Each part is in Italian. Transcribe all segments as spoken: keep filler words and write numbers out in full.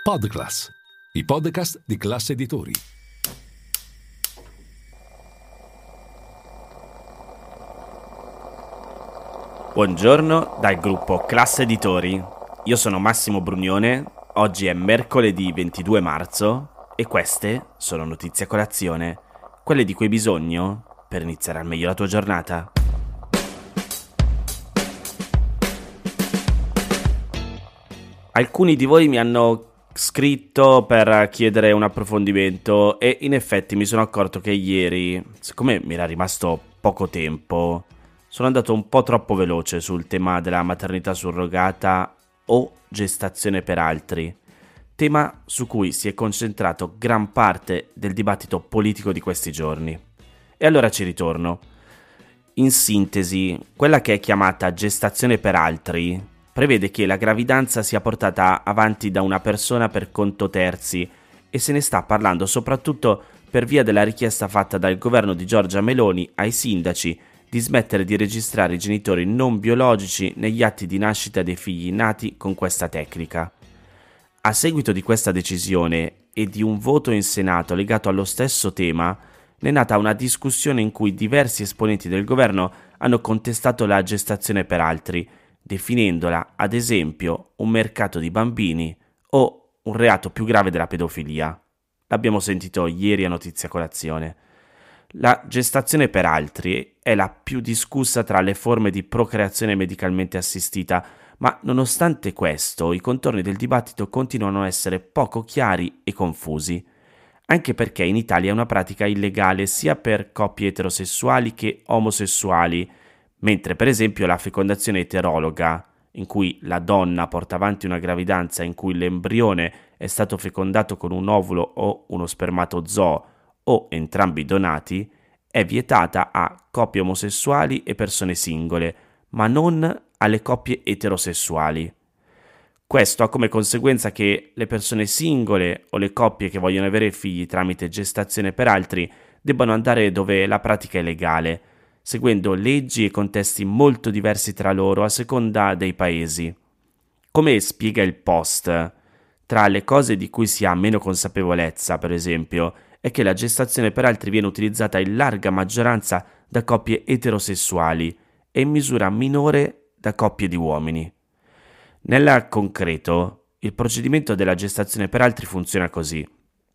Podclass, i podcast di Classe Editori. Buongiorno dal gruppo Classe Editori. Io sono Massimo Brugnone, oggi è mercoledì ventidue marzo e queste sono notizie a colazione, quelle di cui hai bisogno per iniziare al meglio la tua giornata. Alcuni di voi mi hanno scritto per chiedere un approfondimento e in effetti mi sono accorto che ieri, siccome mi era rimasto poco tempo, sono andato un po' troppo veloce sul tema della maternità surrogata o gestazione per altri, tema su cui si è concentrato gran parte del dibattito politico di questi giorni. E allora ci ritorno. In sintesi, quella che è chiamata gestazione per altri prevede che la gravidanza sia portata avanti da una persona per conto terzi e se ne sta parlando soprattutto per via della richiesta fatta dal governo di Giorgia Meloni ai sindaci di smettere di registrare i genitori non biologici negli atti di nascita dei figli nati con questa tecnica. A seguito di questa decisione e di un voto in Senato legato allo stesso tema, ne è nata una discussione in cui diversi esponenti del governo hanno contestato la gestazione per altri, definendola, ad esempio, un mercato di bambini o un reato più grave della pedofilia. L'abbiamo sentito ieri a Notizia Colazione. La gestazione per altri è la più discussa tra le forme di procreazione medicalmente assistita, ma nonostante questo i contorni del dibattito continuano a essere poco chiari e confusi, anche perché in Italia è una pratica illegale sia per coppie eterosessuali che omosessuali, mentre per esempio la fecondazione eterologa, in cui la donna porta avanti una gravidanza in cui l'embrione è stato fecondato con un ovulo o uno spermatozoo o entrambi donati, è vietata a coppie omosessuali e persone singole, ma non alle coppie eterosessuali. Questo ha come conseguenza che le persone singole o le coppie che vogliono avere figli tramite gestazione per altri debbano andare dove la pratica è legale, seguendo leggi e contesti molto diversi tra loro a seconda dei paesi. Come spiega il Post, tra le cose di cui si ha meno consapevolezza, per esempio, è che la gestazione per altri viene utilizzata in larga maggioranza da coppie eterosessuali e in misura minore da coppie di uomini. Nel concreto, il procedimento della gestazione per altri funziona così.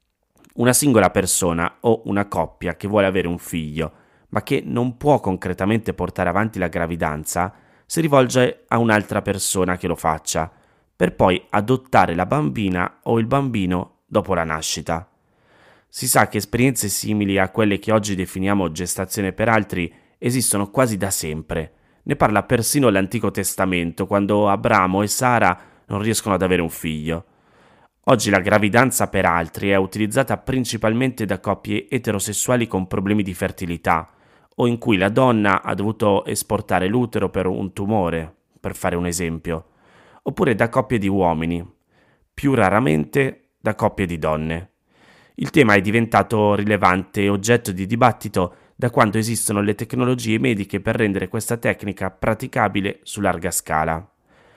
Una singola persona o una coppia che vuole avere un figlio ma che non può concretamente portare avanti la gravidanza, si rivolge a un'altra persona che lo faccia, per poi adottare la bambina o il bambino dopo la nascita. Si sa che esperienze simili a quelle che oggi definiamo gestazione per altri esistono quasi da sempre. Ne parla persino l'Antico Testamento, quando Abramo e Sara non riescono ad avere un figlio. Oggi la gravidanza per altri è utilizzata principalmente da coppie eterosessuali con problemi di fertilità, o in cui la donna ha dovuto esportare l'utero per un tumore, per fare un esempio, oppure da coppie di uomini, più raramente da coppie di donne. Il tema è diventato rilevante e oggetto di dibattito da quando esistono le tecnologie mediche per rendere questa tecnica praticabile su larga scala.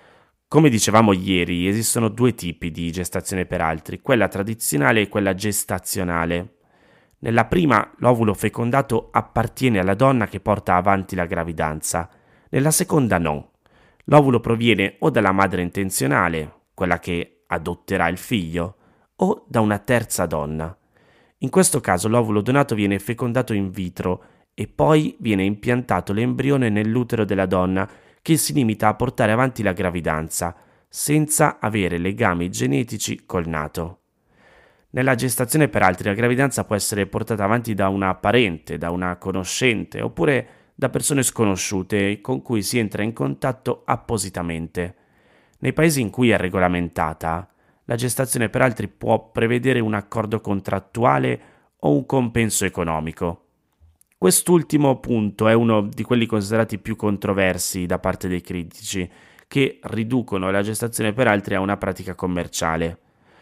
Come dicevamo ieri, esistono due tipi di gestazione per altri, quella tradizionale e quella gestazionale. Nella prima, l'ovulo fecondato appartiene alla donna che porta avanti la gravidanza. Nella seconda no. L'ovulo proviene o dalla madre intenzionale, quella che adotterà il figlio, o da una terza donna. In questo caso l'ovulo donato viene fecondato in vitro e poi viene impiantato l'embrione nell'utero della donna che si limita a portare avanti la gravidanza, senza avere legami genetici col nato. Nella gestazione per altri la gravidanza può essere portata avanti da una parente, da una conoscente oppure da persone sconosciute con cui si entra in contatto appositamente. Nei paesi in cui è regolamentata, la gestazione per altri può prevedere un accordo contrattuale o un compenso economico. Quest'ultimo punto è uno di quelli considerati più controversi da parte dei critici, che riducono la gestazione per altri a una pratica commerciale.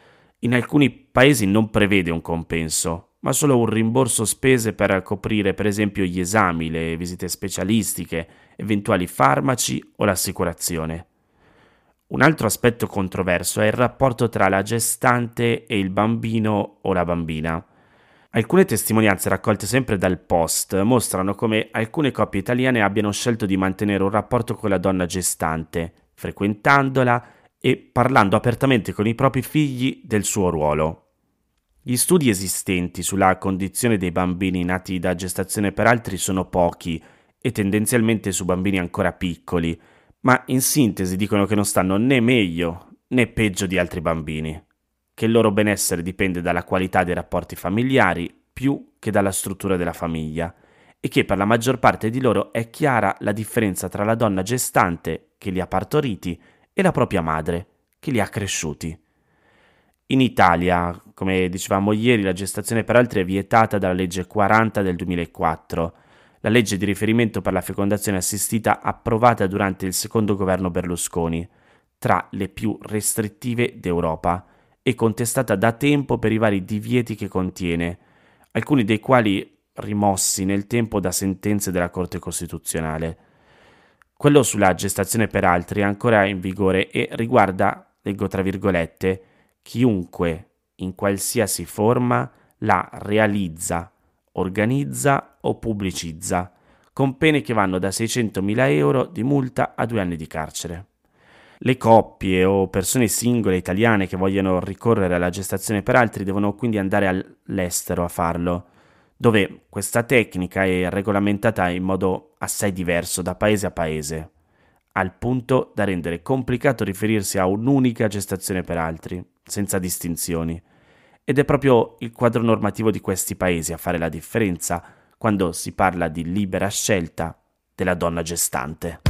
In alcuni paesi non prevede un compenso, ma solo un rimborso spese per coprire per esempio gli esami, le visite specialistiche, eventuali farmaci o l'assicurazione. Un altro aspetto controverso è il rapporto tra la gestante e il bambino o la bambina. Alcune testimonianze raccolte sempre dal Post mostrano come alcune coppie italiane abbiano scelto di mantenere un rapporto con la donna gestante, frequentandola e parlando apertamente con i propri figli del suo ruolo. Gli studi esistenti sulla condizione dei bambini nati da gestazione per altri sono pochi e tendenzialmente su bambini ancora piccoli, ma in sintesi dicono che non stanno né meglio né peggio di altri bambini, che il loro benessere dipende dalla qualità dei rapporti familiari più che dalla struttura della famiglia e che per la maggior parte di loro è chiara la differenza tra la donna gestante che li ha partoriti e la propria madre che li ha cresciuti. In Italia, come dicevamo ieri, la gestazione per altri è vietata dalla legge quaranta del duemilaquattro, la legge di riferimento per la fecondazione assistita approvata durante il secondo governo Berlusconi, tra le più restrittive d'Europa e contestata da tempo per i vari divieti che contiene, alcuni dei quali rimossi nel tempo da sentenze della Corte Costituzionale. Quello sulla gestazione per altri è ancora in vigore e riguarda, leggo tra virgolette, chiunque in qualsiasi forma la realizza, organizza o pubblicizza, con pene che vanno da seicentomila euro di multa a due anni di carcere. Le coppie o persone singole italiane che vogliono ricorrere alla gestazione per altri devono quindi andare all'estero a farlo, dove questa tecnica è regolamentata in modo assai diverso da paese a paese, al punto da rendere complicato riferirsi a un'unica gestazione per altri, senza distinzioni. Ed è proprio il quadro normativo di questi paesi a fare la differenza quando si parla di libera scelta della donna gestante.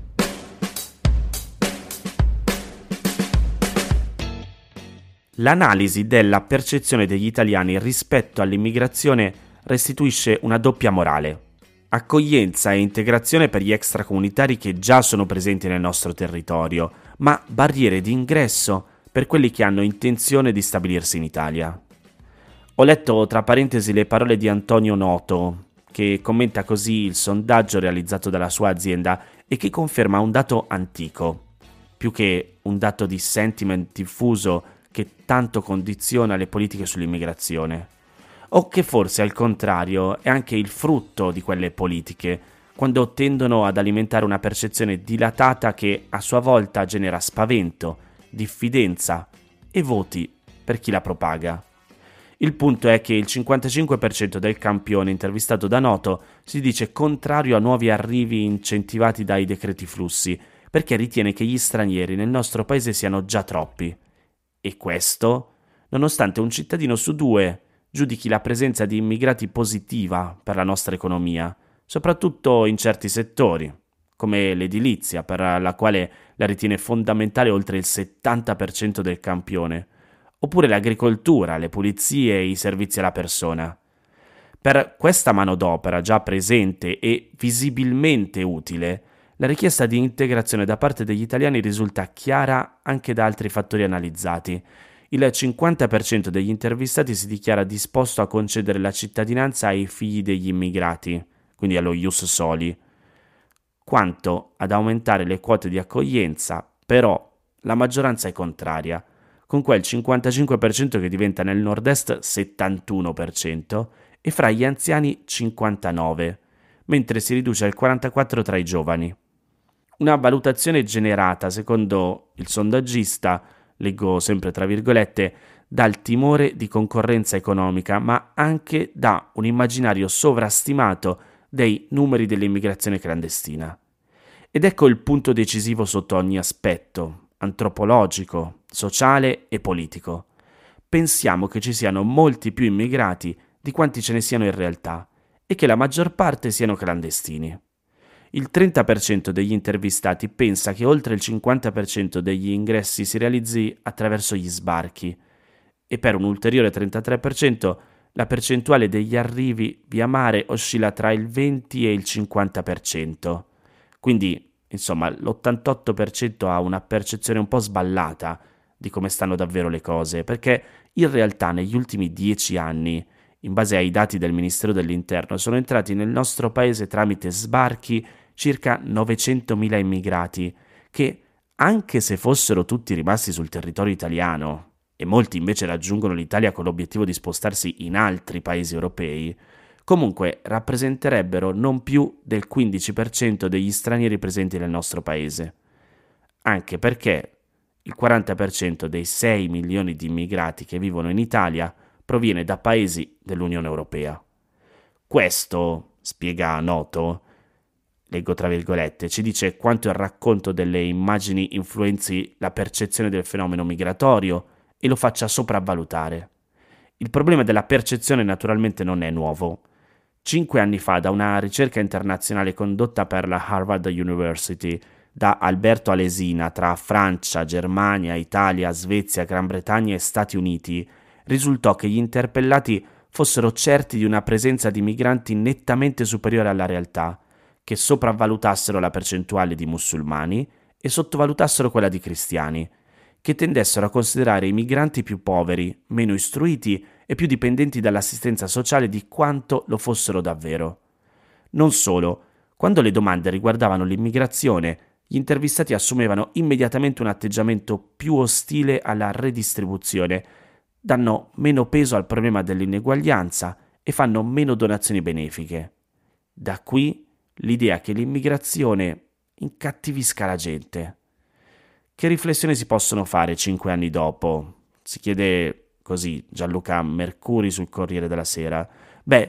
L'analisi della percezione degli italiani rispetto all'immigrazione restituisce una doppia morale: accoglienza e integrazione per gli extracomunitari che già sono presenti nel nostro territorio, ma barriere di ingresso per quelli che hanno intenzione di stabilirsi in Italia. Ho letto tra parentesi le parole di Antonio Noto, che commenta così il sondaggio realizzato dalla sua azienda e che conferma un dato antico, più che un dato di sentiment diffuso che tanto condiziona le politiche sull'immigrazione, o che forse al contrario è anche il frutto di quelle politiche, quando tendono ad alimentare una percezione dilatata che a sua volta genera spavento, diffidenza e voti per chi la propaga. Il punto è che il cinquantacinque per cento del campione intervistato da Noto si dice contrario a nuovi arrivi incentivati dai decreti flussi, perché ritiene che gli stranieri nel nostro paese siano già troppi. E questo, nonostante un cittadino su due giudichi la presenza di immigrati positiva per la nostra economia, soprattutto in certi settori, come l'edilizia, per la quale la ritiene fondamentale oltre il settanta per cento del campione, oppure l'agricoltura, le pulizie e i servizi alla persona. Per questa manodopera già presente e visibilmente utile, la richiesta di integrazione da parte degli italiani risulta chiara anche da altri fattori analizzati. Il cinquanta per cento degli intervistati si dichiara disposto a concedere la cittadinanza ai figli degli immigrati, quindi allo ius soli, quanto ad aumentare le quote di accoglienza, però la maggioranza è contraria, con quel cinquantacinque per cento che diventa nel nord-est settantuno per cento e fra gli anziani cinquantanove per cento, mentre si riduce al quarantaquattro per cento tra i giovani. Una valutazione generata, secondo il sondaggista, leggo sempre tra virgolette, dal timore di concorrenza economica, ma anche da un immaginario sovrastimato dei numeri dell'immigrazione clandestina. Ed ecco il punto decisivo sotto ogni aspetto, antropologico, sociale e politico. Pensiamo che ci siano molti più immigrati di quanti ce ne siano in realtà e che la maggior parte siano clandestini. Il trenta per cento degli intervistati pensa che oltre il cinquanta per cento degli ingressi si realizzi attraverso gli sbarchi e per un ulteriore trentatré per cento la percentuale degli arrivi via mare oscilla tra il venti e il cinquanta per cento. Quindi, insomma, l'ottantotto per cento ha una percezione un po' sballata di come stanno davvero le cose, perché in realtà negli ultimi dieci anni, in base ai dati del Ministero dell'Interno, sono entrati nel nostro paese tramite sbarchi circa novecentomila immigrati che anche se fossero tutti rimasti sul territorio italiano, e molti invece raggiungono l'Italia con l'obiettivo di spostarsi in altri paesi europei, comunque rappresenterebbero non più del quindici per cento degli stranieri presenti nel nostro paese, anche perché il quaranta per cento dei sei milioni di immigrati che vivono in Italia proviene da paesi dell'Unione Europea. Questo, spiega Noto, leggo tra virgolette, ci dice quanto il racconto delle immagini influenzi la percezione del fenomeno migratorio e lo faccia sopravvalutare. Il problema della percezione naturalmente non è nuovo. Cinque anni fa, da una ricerca internazionale condotta per la Harvard University da Alberto Alesina tra Francia, Germania, Italia, Svezia, Gran Bretagna e Stati Uniti, risultò che gli interpellati fossero certi di una presenza di migranti nettamente superiore alla realtà, che sopravvalutassero la percentuale di musulmani e sottovalutassero quella di cristiani, che tendessero a considerare i migranti più poveri, meno istruiti e più dipendenti dall'assistenza sociale di quanto lo fossero davvero. Non solo, quando le domande riguardavano l'immigrazione, gli intervistati assumevano immediatamente un atteggiamento più ostile alla redistribuzione, danno meno peso al problema dell'ineguaglianza e fanno meno donazioni benefiche. Da qui l'idea che l'immigrazione incattivisca la gente. Che riflessioni si possono fare cinque anni dopo? Si chiede così Gianluca Mercuri sul Corriere della Sera. Beh,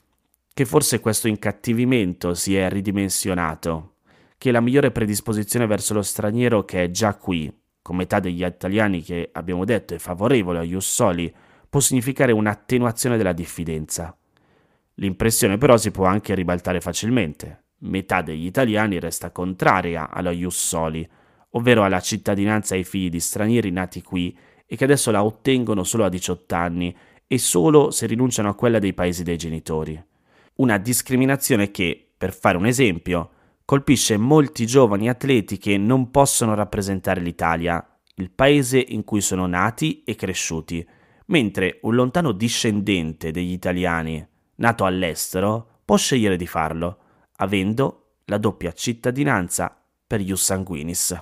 che forse questo incattivimento si è ridimensionato, che la migliore predisposizione verso lo straniero che è già qui, con metà degli italiani che abbiamo detto è favorevole agli ius soli, può significare un'attenuazione della diffidenza. L'impressione però si può anche ribaltare facilmente. Metà degli italiani resta contraria allo ius soli, ovvero alla cittadinanza ai figli di stranieri nati qui e che adesso la ottengono solo a diciotto anni e solo se rinunciano a quella dei paesi dei genitori. Una discriminazione che, per fare un esempio, colpisce molti giovani atleti che non possono rappresentare l'Italia, il paese in cui sono nati e cresciuti, mentre un lontano discendente degli italiani, nato all'estero, può scegliere di farlo, avendo la doppia cittadinanza per ius sanguinis.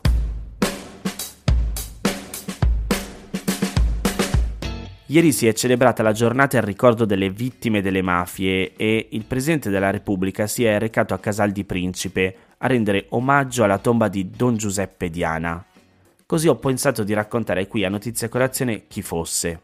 Ieri si è celebrata la giornata in ricordo delle vittime delle mafie e il Presidente della Repubblica si è recato a Casal di Principe a rendere omaggio alla tomba di Don Giuseppe Diana. Così ho pensato di raccontare qui a Notizia Colazione chi fosse.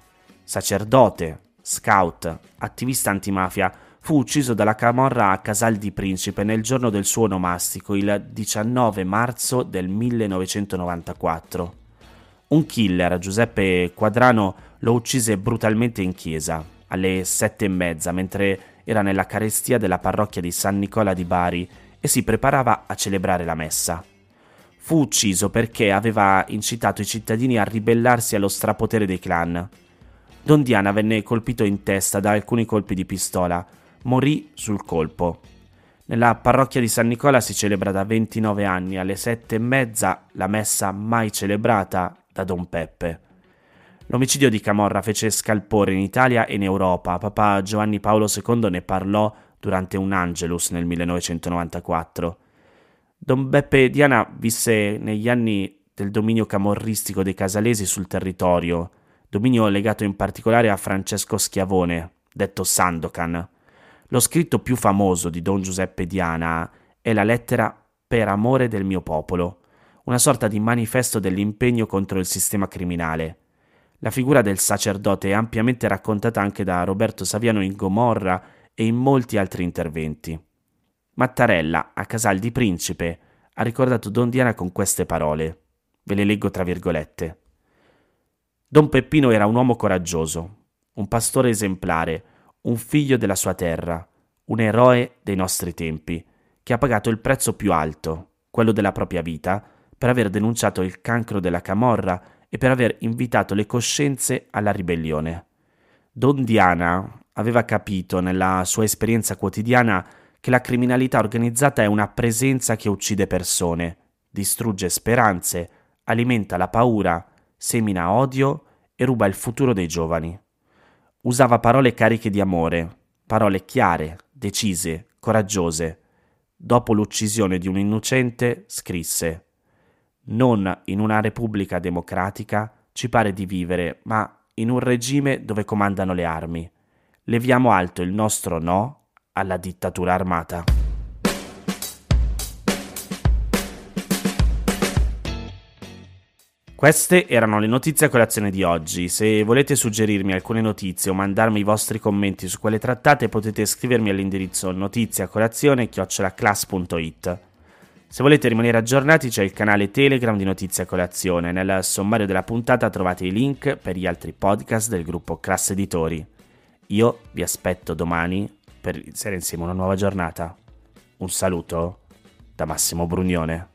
Sacerdote, scout, attivista antimafia, fu ucciso dalla camorra a Casal di Principe nel giorno del suo onomastico, il diciannove marzo del millenovecentonovantaquattro. Un killer, Giuseppe Quadrano, lo uccise brutalmente in chiesa, alle sette e mezza, mentre era nella carestia della parrocchia di San Nicola di Bari e si preparava a celebrare la messa. Fu ucciso perché aveva incitato i cittadini a ribellarsi allo strapotere dei clan. Don Diana venne colpito in testa da alcuni colpi di pistola, morì sul colpo. Nella parrocchia di San Nicola si celebra da ventinove anni, alle sette e mezza, la messa mai celebrata da Don Peppe. L'omicidio di camorra fece scalpore in Italia e in Europa. Papa Giovanni Paolo secondo ne parlò durante un Angelus nel millenovecentonovantaquattro. Don Beppe Diana visse negli anni del dominio camorristico dei casalesi sul territorio, dominio legato in particolare a Francesco Schiavone, detto Sandokan. Lo scritto più famoso di Don Giuseppe Diana è la lettera Per amore del mio popolo, una sorta di manifesto dell'impegno contro il sistema criminale. La figura del sacerdote è ampiamente raccontata anche da Roberto Saviano in Gomorra e in molti altri interventi. Mattarella, a Casal di Principe, ha ricordato Don Diana con queste parole. Ve le leggo tra virgolette. Don Peppino era un uomo coraggioso, un pastore esemplare, un figlio della sua terra, un eroe dei nostri tempi, che ha pagato il prezzo più alto, quello della propria vita, per aver denunciato il cancro della camorra e per aver invitato le coscienze alla ribellione. Don Diana aveva capito nella sua esperienza quotidiana che la criminalità organizzata è una presenza che uccide persone, distrugge speranze, alimenta la paura, semina odio e ruba il futuro dei giovani. Usava parole cariche di amore, parole chiare, decise, coraggiose. Dopo l'uccisione di un innocente, scrisse: Non in una repubblica democratica ci pare di vivere, ma in un regime dove comandano le armi. Leviamo alto il nostro no alla dittatura armata. Queste erano le notizie a colazione di oggi. Se volete suggerirmi alcune notizie o mandarmi i vostri commenti su quelle trattate, potete scrivermi all'indirizzo notiziacolazione chiocciola class punto it. Se volete rimanere aggiornati c'è il canale Telegram di Notizie a Colazione. Nel sommario della puntata trovate i link per gli altri podcast del gruppo Class Editori. Io vi aspetto domani per iniziare insieme una nuova giornata. Un saluto da Massimo Brugnone.